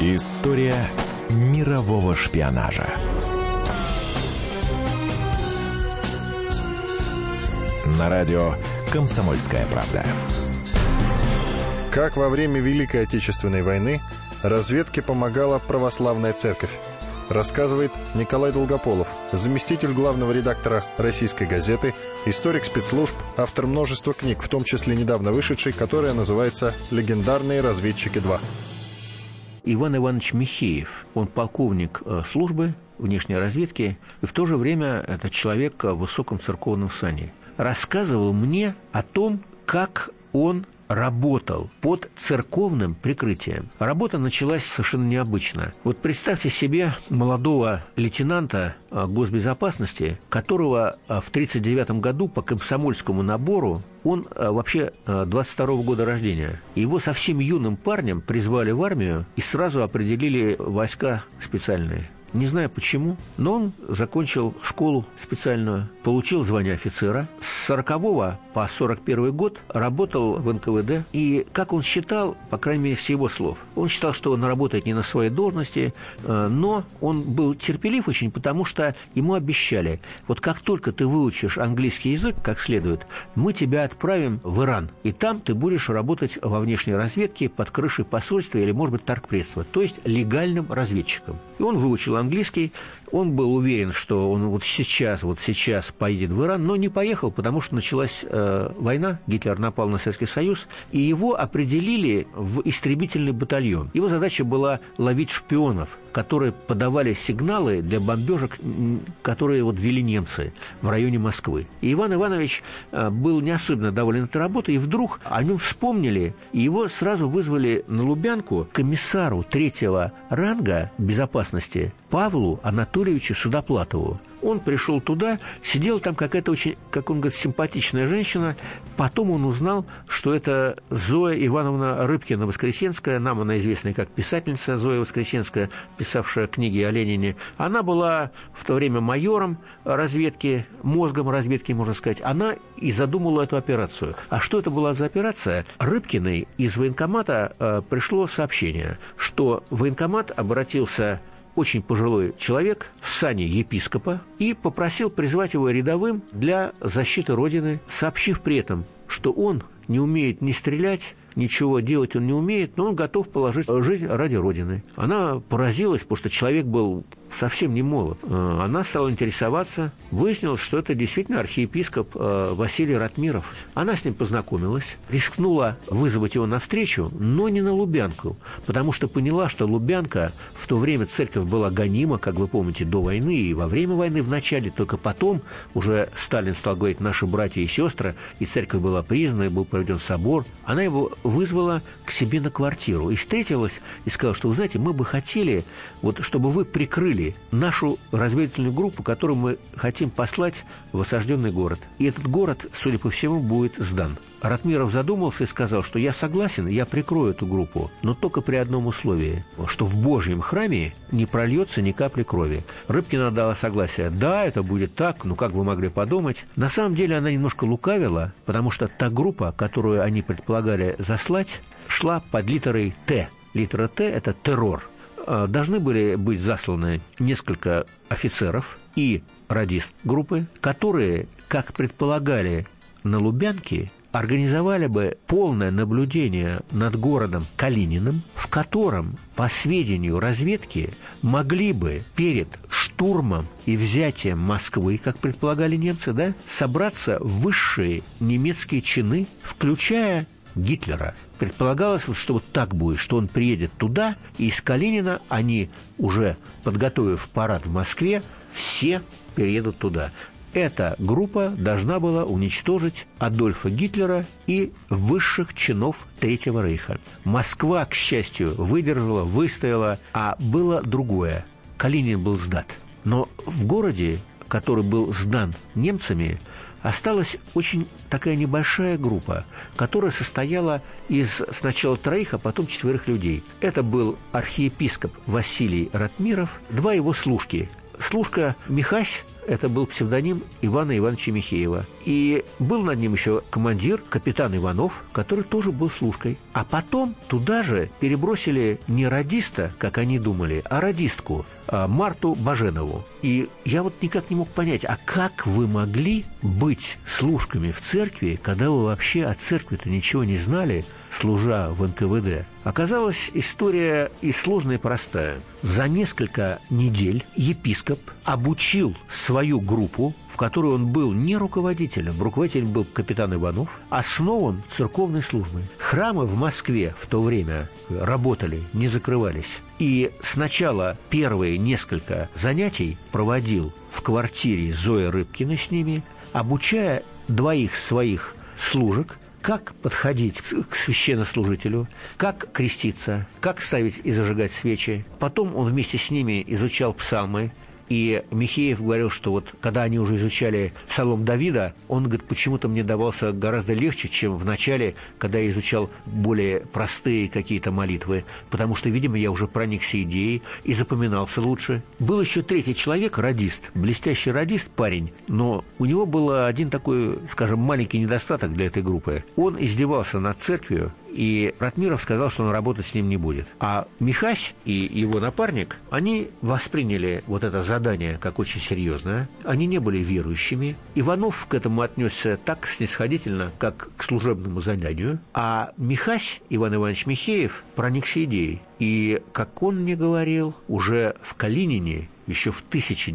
История мирового шпионажа. На радио «Комсомольская правда». Как во время Великой Отечественной войны разведке помогала православная церковь, рассказывает Николай Долгополов, заместитель главного редактора «Российской газеты», историк спецслужб, автор множества книг, в том числе недавно вышедшей, которая называется «Легендарные разведчики 2». Иван Иванович Михеев, он полковник службы внешней разведки, и в то же время это человек в высоком церковном сане. Рассказывал мне о том, как он работал под церковным прикрытием. Работа началась совершенно необычно. Вот представьте себе молодого лейтенанта госбезопасности, которого в 1939 году по комсомольскому набору, он вообще 22-го года рождения, его совсем юным парнем призвали в армию и сразу определили войска специальные. Не знаю почему, но он закончил школу специальную, получил звание офицера. С 40-го по 41 год работал в НКВД. И, как он считал, по крайней мере, с его слов, он считал, что он работает не на своей должности, но он был терпелив очень, потому что ему обещали: вот как только ты выучишь английский язык как следует, мы тебя отправим в Иран, и там ты будешь работать во внешней разведке под крышей посольства или, может быть, торгпредства, то есть легальным разведчиком. И он выучил английский, он был уверен, что он вот сейчас поедет в Иран, но не поехал, потому что началась война, Гитлер напал на Советский Союз, и его определили в истребительный батальон. Его задача была ловить шпионов, которые подавали сигналы для бомбежек, которые вот вели немцы в районе Москвы. И Иван Иванович был не особенно доволен этой работой, и вдруг о нем вспомнили, и его сразу вызвали на Лубянку к комиссару 3-го ранга безопасности Павлу Анатольевичу Судоплатову. Он пришел туда, сидела там какая-то очень, как он говорит, симпатичная женщина. Потом он узнал, что это Зоя Ивановна Рыбкина-Воскресенская, нам она известна как писательница Зоя Воскресенская, писавшая книги о Ленине. Она была в то время майором разведки, мозгом разведки, можно сказать. Она и задумала эту операцию. А что это была за операция? Рыбкиной из военкомата пришло сообщение, что военкомат обратился очень пожилой человек в сане епископа и попросил призвать его рядовым для защиты Родины, сообщив при этом, что он не умеет ни стрелять, ничего делать он не умеет, но он готов положить жизнь ради Родины. Она поразилась, потому что человек был совсем не молод. Она стала интересоваться, выяснилось, что это действительно архиепископ Василий Ратмиров. Она с ним познакомилась, рискнула вызвать его навстречу, но не на Лубянку, потому что поняла, что Лубянка в то время церковь была гонима, как вы помните, до войны и во время войны в начале, только потом уже Сталин стал говорить «наши братья и сестры», и церковь была признана, и был проведен собор. Она его вызвала к себе на квартиру и встретилась, и сказала, что, вы знаете, мы бы хотели, вот, чтобы вы прикрыли нашу разведывательную группу, которую мы хотим послать в осажденный город. И этот город, судя по всему, будет сдан. Ратмиров задумался и сказал, что я согласен, я прикрою эту группу, но только при одном условии, что в Божьем храме не прольется ни капли крови. Рыбкина дала согласие. Да, это будет так, ну как вы могли подумать. На самом деле она немножко лукавила, потому что та группа, которую они предполагали заслать, шла под литерой «Т». Литера «Т» — это террор. Должны были быть засланы несколько офицеров и радист группы, которые, как предполагали на Лубянке, организовали бы полное наблюдение над городом Калининым, в котором, по сведению разведки, могли бы перед штурмом и взятием Москвы, как предполагали немцы, да, собраться высшие немецкие чины, включая Гитлера. Предполагалось, что вот так будет, что он приедет туда, и из Калинина они, уже подготовив парад в Москве, все переедут туда. Эта группа должна была уничтожить Адольфа Гитлера и высших чинов Третьего Рейха. Москва, к счастью, выдержала, выстояла, а было другое. Калинин был сдат. Но в городе, который был сдан немцами, осталась очень такая небольшая группа, которая состояла из сначала 3, а потом 4 людей. Это был архиепископ Василий Ратмиров, 2 его служки. Служка Михась — это был псевдоним Ивана Ивановича Михеева. И был над ним еще командир, капитан Иванов, который тоже был служкой. А потом туда же перебросили не радиста, как они думали, а радистку, Марту Баженову. И я вот никак не мог понять, а как вы могли быть служками в церкви, когда вы вообще о церкви-то ничего не знали, служа в НКВД? Оказалась история и сложная, и простая. За несколько недель епископ обучил свою группу, в которой он был не руководителем, руководителем был капитан Иванов, основан церковной службой. Храмы в Москве в то время работали, не закрывались. И сначала первые несколько занятий проводил в квартире Зои Рыбкиной с ними, обучая двоих своих служек, как подходить к священнослужителю, как креститься, как ставить и зажигать свечи. Потом он вместе с ними изучал псалмы. И Михеев говорил, что вот когда они уже изучали Псалом Давида, он, говорит, почему-то мне давался гораздо легче, чем в начале, когда я изучал более простые какие-то молитвы, потому что, видимо, я уже проникся идеей и запоминался лучше. Был еще третий человек, радист, блестящий радист, парень, но у него был один такой, скажем, маленький недостаток для этой группы. Он издевался над церковью, и Ратмиров сказал, что он работать с ним не будет. А Михась и его напарник, они восприняли вот это задание как очень серьезное. Они не были верующими. Иванов к этому отнесся так снисходительно, как к служебному заданию. А Михась, Иван Иванович Михеев, проникся идеей. И, как он мне говорил, уже в Калинине, еще в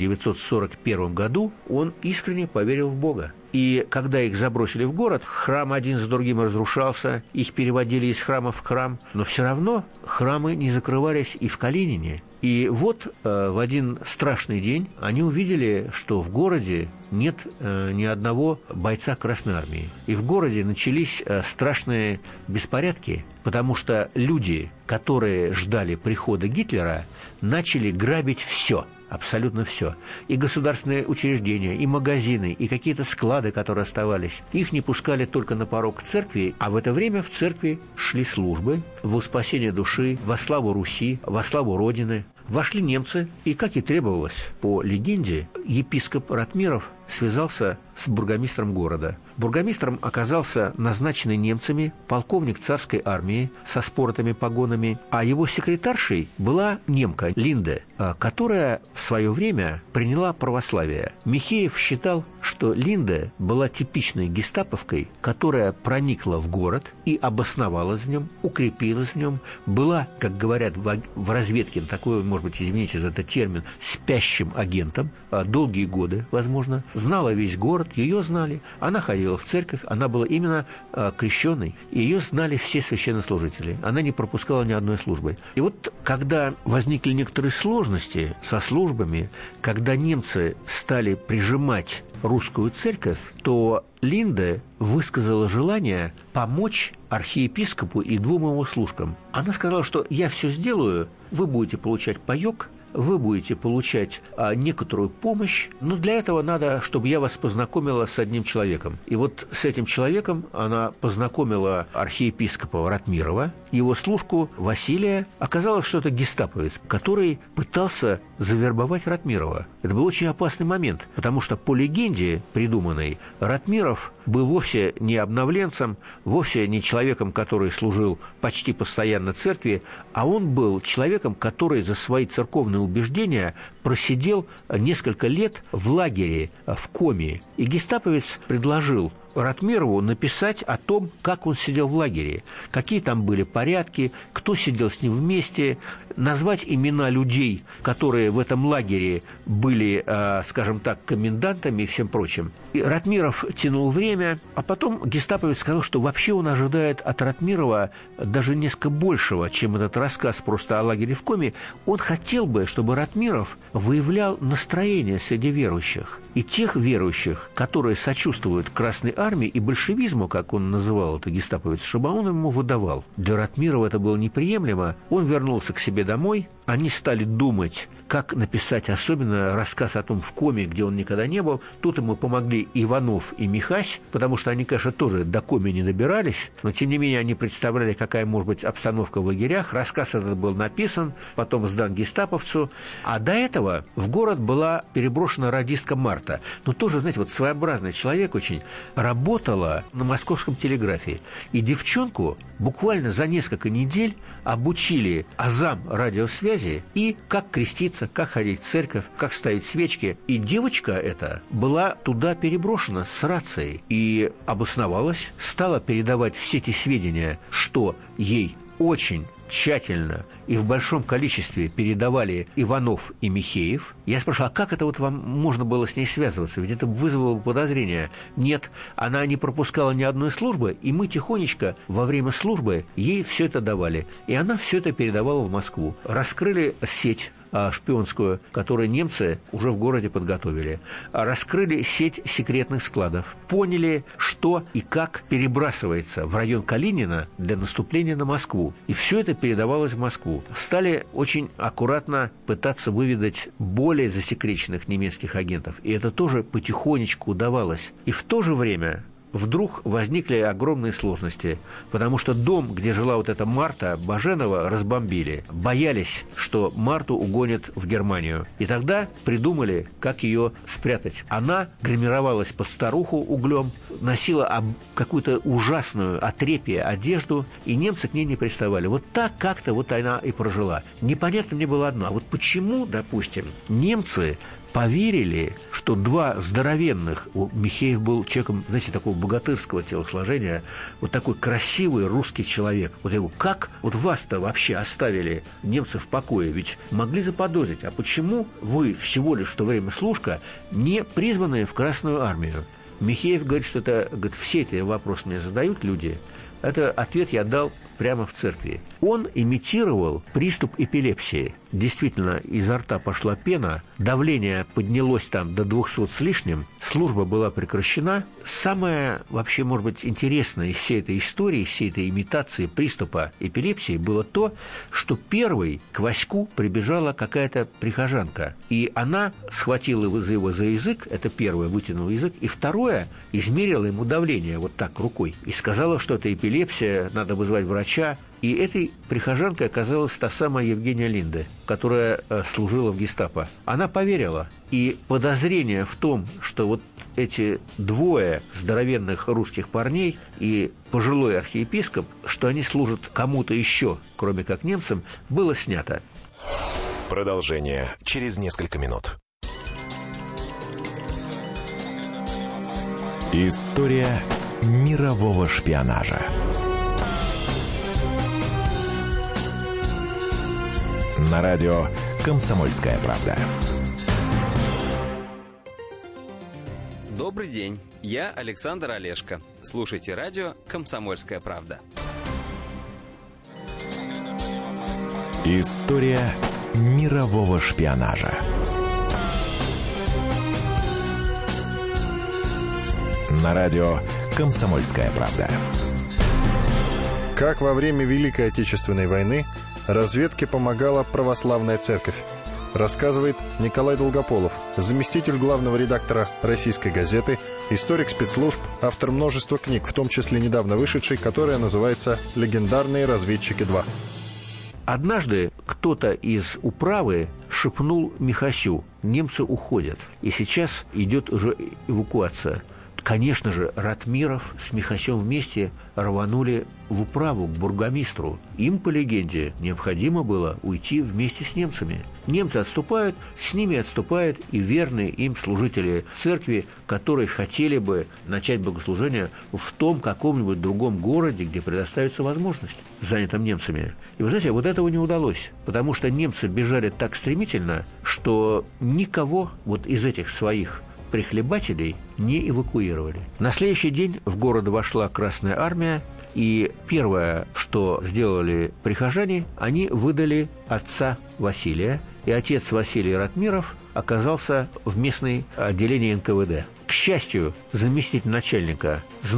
1941 году, он искренне поверил в Бога. И когда их забросили в город, храм один за другим разрушался, их переводили из храма в храм, но все равно храмы не закрывались и в Калинине. И вот в один страшный день они увидели, что в городе нет ни одного бойца Красной Армии. И в городе начались страшные беспорядки, потому что люди, которые ждали прихода Гитлера, начали грабить все. Абсолютно все. И государственные учреждения, и магазины, и какие-то склады, которые оставались. Их не пускали только на порог церкви, а в это время в церкви шли службы во спасение души, во славу Руси, во славу Родины. Вошли немцы, и, как и требовалось, по легенде, епископ Ратмиров связался с бургомистром города. Бургомистром оказался назначенный немцами полковник царской армии со споротыми погонами, а его секретаршей была немка Линде, которая в свое время приняла православие. Михеев считал, что Линде была типичной гестаповкой, которая проникла в город и обосновалась в нем, укрепилась в нем, была, как говорят в разведке, такой, может быть, извините за этот термин, спящим агентом, долгие годы, возможно, знала весь город, ее знали, она ходила в церковь, она была именно крещенной, и ее знали все священнослужители, она не пропускала ни одной службы. И вот когда возникли некоторые сложности со службами, когда немцы стали прижимать русскую церковь, то Линде высказала желание помочь архиепископу и двум его служкам. Она сказала, что я все сделаю, вы будете получать паёк, вы будете получать некоторую помощь, но для этого надо, чтобы я вас познакомила с одним человеком. И вот с этим человеком она познакомила архиепископа Ратмирова, его служку Василия. Оказалось, что это гестаповец, который пытался завербовать Ратмирова. Это был очень опасный момент, потому что по легенде придуманной Ратмиров был вовсе не обновленцем, вовсе не человеком, который служил почти постоянно церкви, а он был человеком, который за свои церковные убеждения просидел несколько лет в лагере, в коме. И гестаповец предложил Ратмирову написать о том, как он сидел в лагере, какие там были порядки, кто сидел с ним вместе, назвать имена людей, которые в этом лагере были, скажем так, комендантами и всем прочим. И Ратмиров тянул время, а потом гестаповец сказал, что вообще он ожидает от Ратмирова даже несколько большего, чем этот рассказ просто о лагере в коме. Он хотел бы, чтобы Ратмиров выявлял настроение среди верующих. И тех верующих, которые сочувствуют Красной Армии и большевизму, как он называл это гестаповец, чтобы он ему выдавал. Для Ратмирова это было неприемлемо. Он вернулся к себе домой, они стали думать, как написать особенно рассказ о том в Коме, где он никогда не был. Тут ему помогли Иванов и Михась, потому что они, конечно, тоже до Коми не добирались, но, тем не менее, они представляли, какая может быть обстановка в лагерях. Рассказ этот был написан, потом сдан гестаповцу. А до этого в город была переброшена радистка Марта. Но тоже, знаете, вот своеобразный человек очень, работала на московском телеграфе. И девчонку буквально за несколько недель обучили азам радиосвязи и как креститься, как ходить в церковь, как ставить свечки. И девочка эта была туда переброшена с рацией и обосновалась, стала передавать все эти сведения, что ей очень тщательно и в большом количестве передавали Иванов и Михеев. Я спрашивал, а как это вот вам можно было с ней связываться? Ведь это вызвало бы подозрение. Нет, она не пропускала ни одной службы, и мы тихонечко во время службы ей все это давали. И она все это передавала в Москву. Раскрыли сеть шпионскую, которую немцы уже в городе подготовили. Раскрыли сеть секретных складов. Поняли, что и как перебрасывается в район Калинина для наступления на Москву. И все это передавалось в Москву. Стали очень аккуратно пытаться выведать более засекреченных немецких агентов. И это тоже потихонечку удавалось. И в то же время вдруг возникли огромные сложности, потому что дом, где жила вот эта Марта Баженова, разбомбили. Боялись, что Марту угонят в Германию. И тогда придумали, как ее спрятать. Она гримировалась под старуху углем, носила какую-то ужасную отрепье одежду, и немцы к ней не приставали. Вот так как-то вот она и прожила. Непонятно мне было одно. А вот почему, допустим, немцы поверили, что два здоровенных, Михеев был человеком, знаете, такого богатырского телосложения, вот такой красивый русский человек. Вот я говорю, как вот вас-то вообще оставили немцы в покое? Ведь могли заподозрить, а почему вы всего лишь в то время служка не призванные в Красную армию? Михеев говорит, что это, говорит, все эти вопросы мне задают люди. Это ответ я дал прямо в церкви. Он имитировал приступ эпилепсии. Действительно, изо рта пошла пена, давление поднялось там до 200 с лишним, служба была прекращена. Самое, вообще, может быть, интересное из всей этой истории, всей этой имитации приступа эпилепсии было то, что первой к Ваську прибежала какая-то прихожанка. И она схватила его за язык, это первое, вытянула язык, и второе, измерила ему давление вот так рукой и сказала, что это эпилепсия, надо вызвать врача. И этой прихожанкой оказалась та самая Евгения Линде, которая служила в гестапо. Она поверила. И подозрение в том, что вот эти двое здоровенных русских парней и пожилой архиепископ, что они служат кому-то еще, кроме как немцам, было снято. Продолжение через несколько минут. История мирового шпионажа. На радио «Комсомольская правда». Добрый день, я Александр Олешко. Слушайте радио «Комсомольская правда». История мирового шпионажа. На радио «Комсомольская правда». Как во время Великой Отечественной войны разведке помогала православная церковь, рассказывает Николай Долгополов, заместитель главного редактора «Российской газеты», историк спецслужб, автор множества книг, в том числе недавно вышедшей, которая называется «Легендарные разведчики 2». Однажды кто-то из управы шепнул Михасю: немцы уходят, и сейчас идет уже эвакуация. Конечно же, Ратмиров с Михасем вместе рванули в управу к бургомистру. Им, по легенде, необходимо было уйти вместе с немцами. Немцы отступают, с ними отступают и верные им служители церкви, которые хотели бы начать богослужение в том каком-нибудь другом городе, где предоставится возможность, занятым немцами. И вы знаете, вот этого не удалось, потому что немцы бежали так стремительно, что никого вот из этих своих прихлебателей не эвакуировали. На следующий день в город вошла Красная армия, и первое, что сделали прихожане, они выдали отца Василия, и отец Василий Ратмиров оказался в местном отделении НКВД. К счастью, заместитель начальника знал,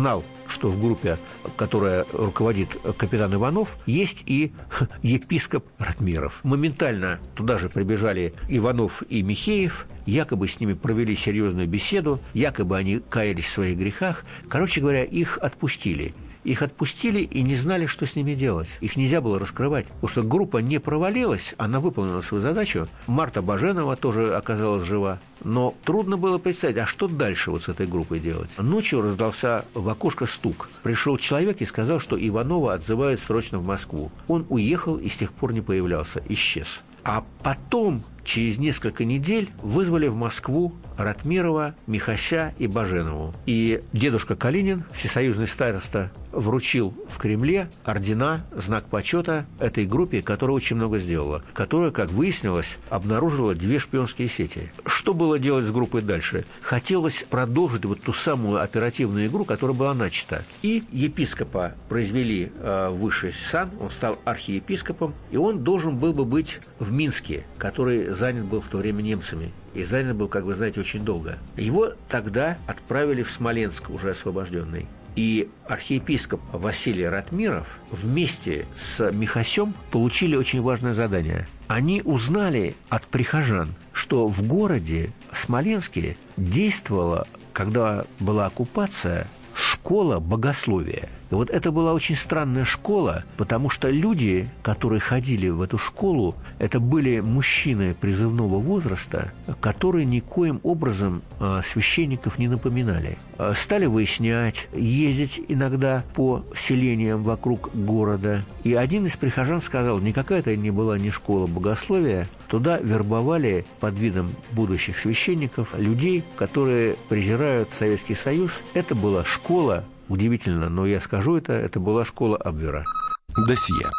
что в группе, которая руководит капитан Иванов, есть и епископ Ратмиров. Моментально туда же прибежали Иванов и Михеев, якобы с ними провели серьезную беседу, якобы они каялись в своих грехах. Короче говоря, их отпустили. Их отпустили и не знали, что с ними делать. Их нельзя было раскрывать, потому что группа не провалилась, она выполнила свою задачу. Марта Баженова тоже оказалась жива. Но трудно было представить, а что дальше вот с этой группой делать? Ночью раздался в окошко стук. Пришел человек и сказал, что Иванова отзывают срочно в Москву. Он уехал и с тех пор не появлялся, исчез. А потом, через несколько недель, вызвали в Москву Ратмирова, Михася и Баженову. И дедушка Калинин, всесоюзный староста, вручил в Кремле ордена, знак почета этой группе, которая очень много сделала, которая, как выяснилось, обнаружила 2 шпионские сети. Что было делать с группой дальше? Хотелось продолжить вот ту самую оперативную игру, которая была начата. И епископа произвели в высший сан, он стал архиепископом, и он должен был бы быть в Минске, который занят был в то время немцами. И занят был, как вы знаете, очень долго. Его тогда отправили в Смоленск, уже освобожденный. И архиепископ Василий Ратмиров вместе с Михасем получили очень важное задание. Они узнали от прихожан, что в городе Смоленске действовала, когда была оккупация, школа богословия. И вот это была очень странная школа, потому что люди, которые ходили в эту школу, это были мужчины призывного возраста, которые никоим образом священников не напоминали. Стали выяснять, ездить иногда по селениям вокруг города. И один из прихожан сказал, никакая это не была не школа богословия, туда вербовали под видом будущих священников людей, которые презирают Советский Союз. Это была школа, удивительно, но я скажу это была школа Абвера. Досье.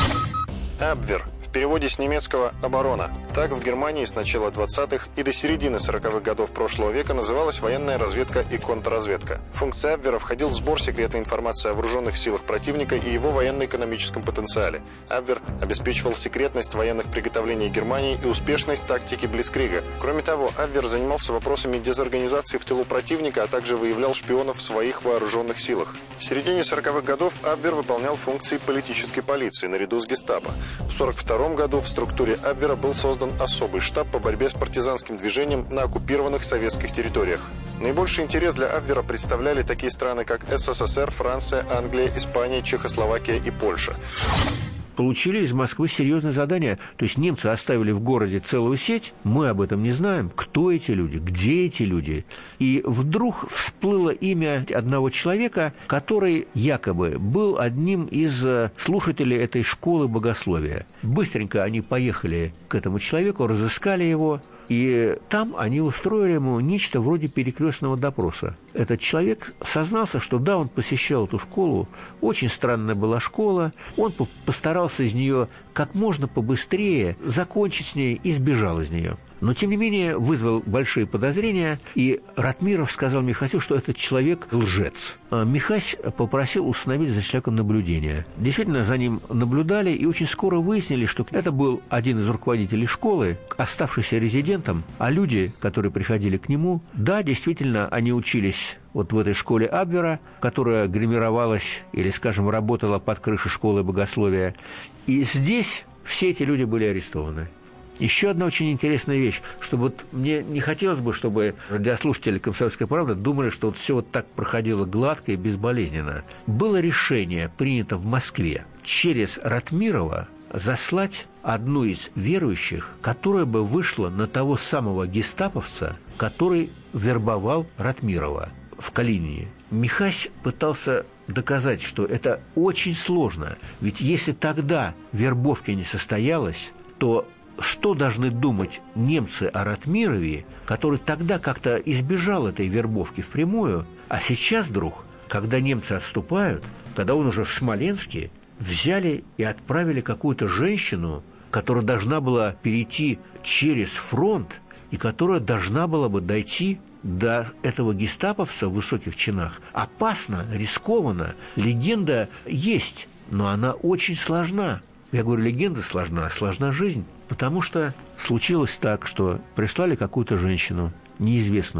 Абвер. В переводе с немецкого «оборона». Так в Германии с начала 20-х и до середины 40-х годов прошлого века называлась военная разведка и контрразведка. В функции Абвера входил сбор секретной информации о вооруженных силах противника и его военно-экономическом потенциале. Абвер обеспечивал секретность военных приготовлений Германии и успешность тактики Блицкрига. Кроме того, Абвер занимался вопросами дезорганизации в тылу противника, а также выявлял шпионов в своих вооруженных силах. В середине 40-х годов Абвер выполнял функции политической полиции наряду с гестапо. В 1942 году в структуре Абвера был создан особый штаб по борьбе с партизанским движением на оккупированных советских территориях. Наибольший интерес для Абвера представляли такие страны, как СССР, Франция, Англия, Испания, Чехословакия и Польша. Получили из Москвы серьезное задание. То есть немцы оставили в городе целую сеть, мы об этом не знаем, кто эти люди, где эти люди. И вдруг всплыло имя одного человека, который якобы был одним из слушателей этой школы богословия. Быстренько они поехали к этому человеку, разыскали его, и там они устроили ему нечто вроде перекрестного допроса. Этот человек сознался, что да, он посещал эту школу, очень странная была школа, он постарался из нее как можно побыстрее закончить с ней и сбежал из нее. Но, тем не менее, вызвал большие подозрения, и Ратмиров сказал Михасю, что этот человек лжец. Михась попросил установить за человеком наблюдение. Действительно, за ним наблюдали, и очень скоро выяснили, что это был один из руководителей школы, оставшийся резидентом, а люди, которые приходили к нему, да, действительно, они учились вот в этой школе Абвера, которая гримировалась или, скажем, работала под крышей школы богословия. И здесь все эти люди были арестованы. Еще одна очень интересная вещь, что вот мне не хотелось бы, чтобы радиослушатели «Комсомольской правды» думали, что вот все вот так проходило гладко и безболезненно. Было решение принято в Москве через Ратмирова заслать одну из верующих, которая бы вышла на того самого гестаповца, который вербовал Ратмирова в Калинине. Михась пытался доказать, что это очень сложно, ведь если тогда вербовка не состоялась, то что должны думать немцы о Ратмирове, который тогда как-то избежал этой вербовки впрямую, а сейчас вдруг, когда немцы отступают, когда он уже в Смоленске, взяли и отправили какую-то женщину, которая должна была перейти через фронт и которая должна была бы дойти до этого гестаповца в высоких чинах. Опасно, рискованно. Легенда есть, но она очень сложна. Я говорю, легенда сложна, сложна жизнь. Потому что случилось так, что прислали какую-то женщину, неизвестную,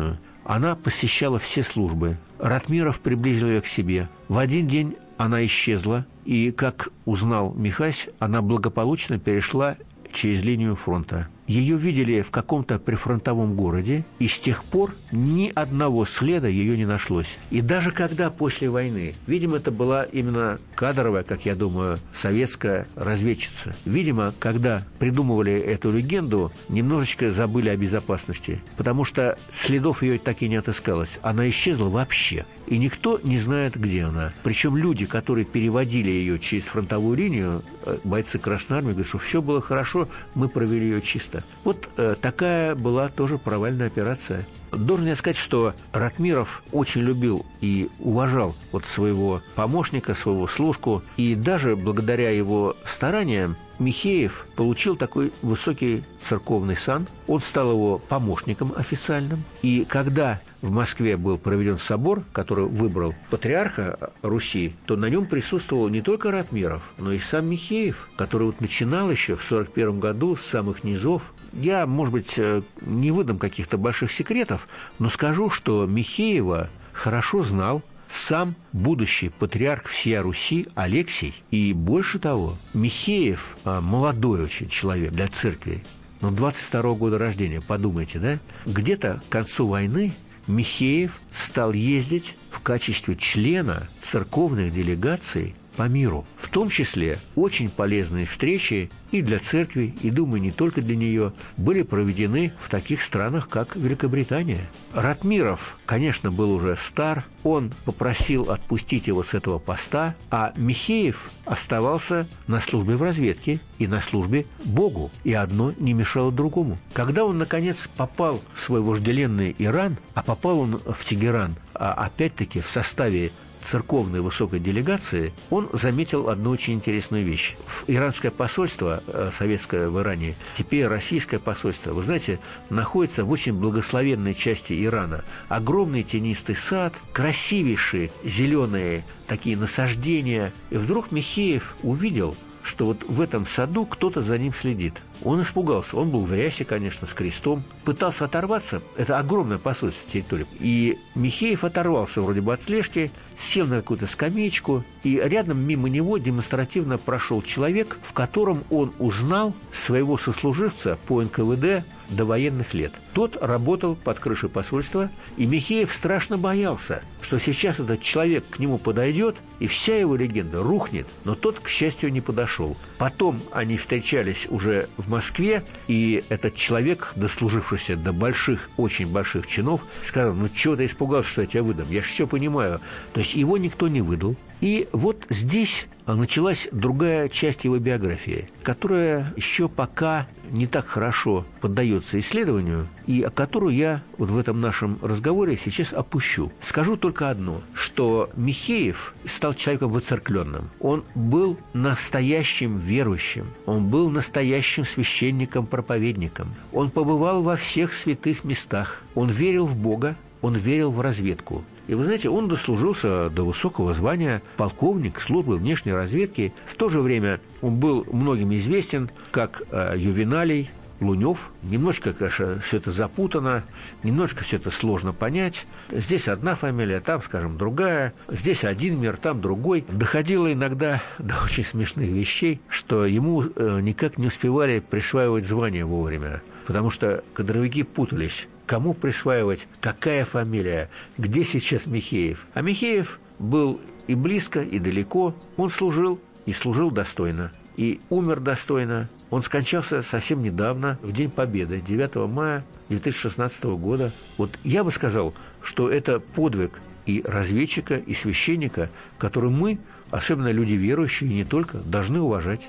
Она посещала все службы. Ратмиров приблизил ее к себе. В один день она исчезла, и, как узнал Михась, она благополучно перешла через линию фронта. Ее видели в каком-то прифронтовом городе, и с тех пор ни одного следа ее не нашлось. И даже когда после войны, видимо, это была именно кадровая, как я думаю, советская разведчица, видимо, когда придумывали эту легенду, немножечко забыли о безопасности, потому что следов ее так и не отыскалось. Она исчезла вообще, и никто не знает, где она. Причем люди, которые переводили ее через фронтовую линию, бойцы Красной Армии, говорят, что все было хорошо, мы провели ее чисто. Вот такая была тоже провальная операция. Должен я сказать, что Ратмиров очень любил и уважал вот своего помощника, своего служку, и даже благодаря его стараниям Михеев получил такой высокий церковный сан. Он стал его помощником официальным. И когда в Москве был проведен собор, который выбрал патриарха Руси, то на нем присутствовал не только Ратмиров, но и сам Михеев, который вот начинал еще в 1941 году с самых низов. Я, может быть, не выдам каких-то больших секретов, но скажу, что Михеева хорошо знал сам будущий патриарх всей Руси Алексий. И больше того, Михеев молодой очень человек для церкви, но 22-го года рождения, подумайте, да? Где-то к концу войны Михеев стал ездить в качестве члена церковных делегаций по миру. В том числе очень полезные встречи и для церкви, и, думаю, не только для нее, были проведены в таких странах, как Великобритания. Ратмиров, конечно, был уже стар, он попросил отпустить его с этого поста, а Михеев оставался на службе в разведке и на службе Богу, и одно не мешало другому. Когда он, наконец, попал в свой вожделенный Иран, а попал он в Тегеран, опять-таки в составе церковной высокой делегации, он заметил одну очень интересную вещь. Иранское посольство, советское в Иране, теперь российское посольство, вы знаете, находится в очень благословенной части Ирана. Огромный тенистый сад, красивейшие зеленые такие насаждения. И вдруг Михеев увидел, что вот в этом саду кто-то за ним следит. Он испугался. Он был в рясе, конечно, с крестом. Пытался оторваться. Это огромное посольство территории. И Михеев оторвался вроде бы от слежки, сел на какую-то скамеечку, и рядом мимо него демонстративно прошел человек, в котором он узнал своего сослуживца по НКВД до военных лет. Тот работал под крышей посольства, и Михеев страшно боялся, что сейчас этот человек к нему подойдет, и вся его легенда рухнет. Но тот, к счастью, не подошел. Потом они встречались уже в Москве, и этот человек, дослужившийся до больших, очень больших чинов, сказал: ну чего ты испугался, что я тебя выдам? Я же все понимаю. То есть его никто не выдал. И вот здесь началась другая часть его биографии, которая еще пока не так хорошо поддается исследованию, и которую я вот в этом нашем разговоре сейчас опущу. Скажу только одно, что Михеев стал человеком воцеркленным. Он был настоящим верующим, он был настоящим священником-проповедником. Он побывал во всех святых местах, он верил в Бога, он верил в разведку. И вы знаете, он дослужился до высокого звания полковник службы внешней разведки. В то же время он был многим известен как Ювеналий Лунев. Немножко, конечно, все это запутано, немножко все это сложно понять. Здесь одна фамилия, там, скажем, другая. Здесь один мир, там другой. Доходило иногда до очень смешных вещей, что ему никак не успевали присваивать звание вовремя, потому что кадровики путались, кому присваивать, какая фамилия, где сейчас Михеев. А Михеев был и близко, и далеко. Он служил, и служил достойно, и умер достойно. Он скончался совсем недавно, в День Победы, 9 мая 2016 года. Вот я бы сказал, что это подвиг и разведчика, и священника, который мы, особенно люди верующие, и не только, должны уважать.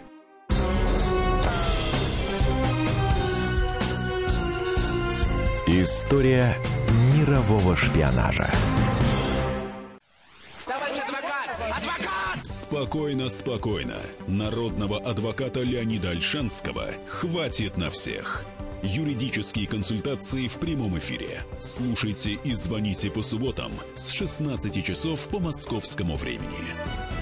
История мирового шпионажа. Товарищ адвокат! Адвокат! Спокойно, спокойно. Народного адвоката Леонида Ольшанского хватит на всех. Юридические консультации в прямом эфире. Слушайте и звоните по субботам с 16 часов по московскому времени.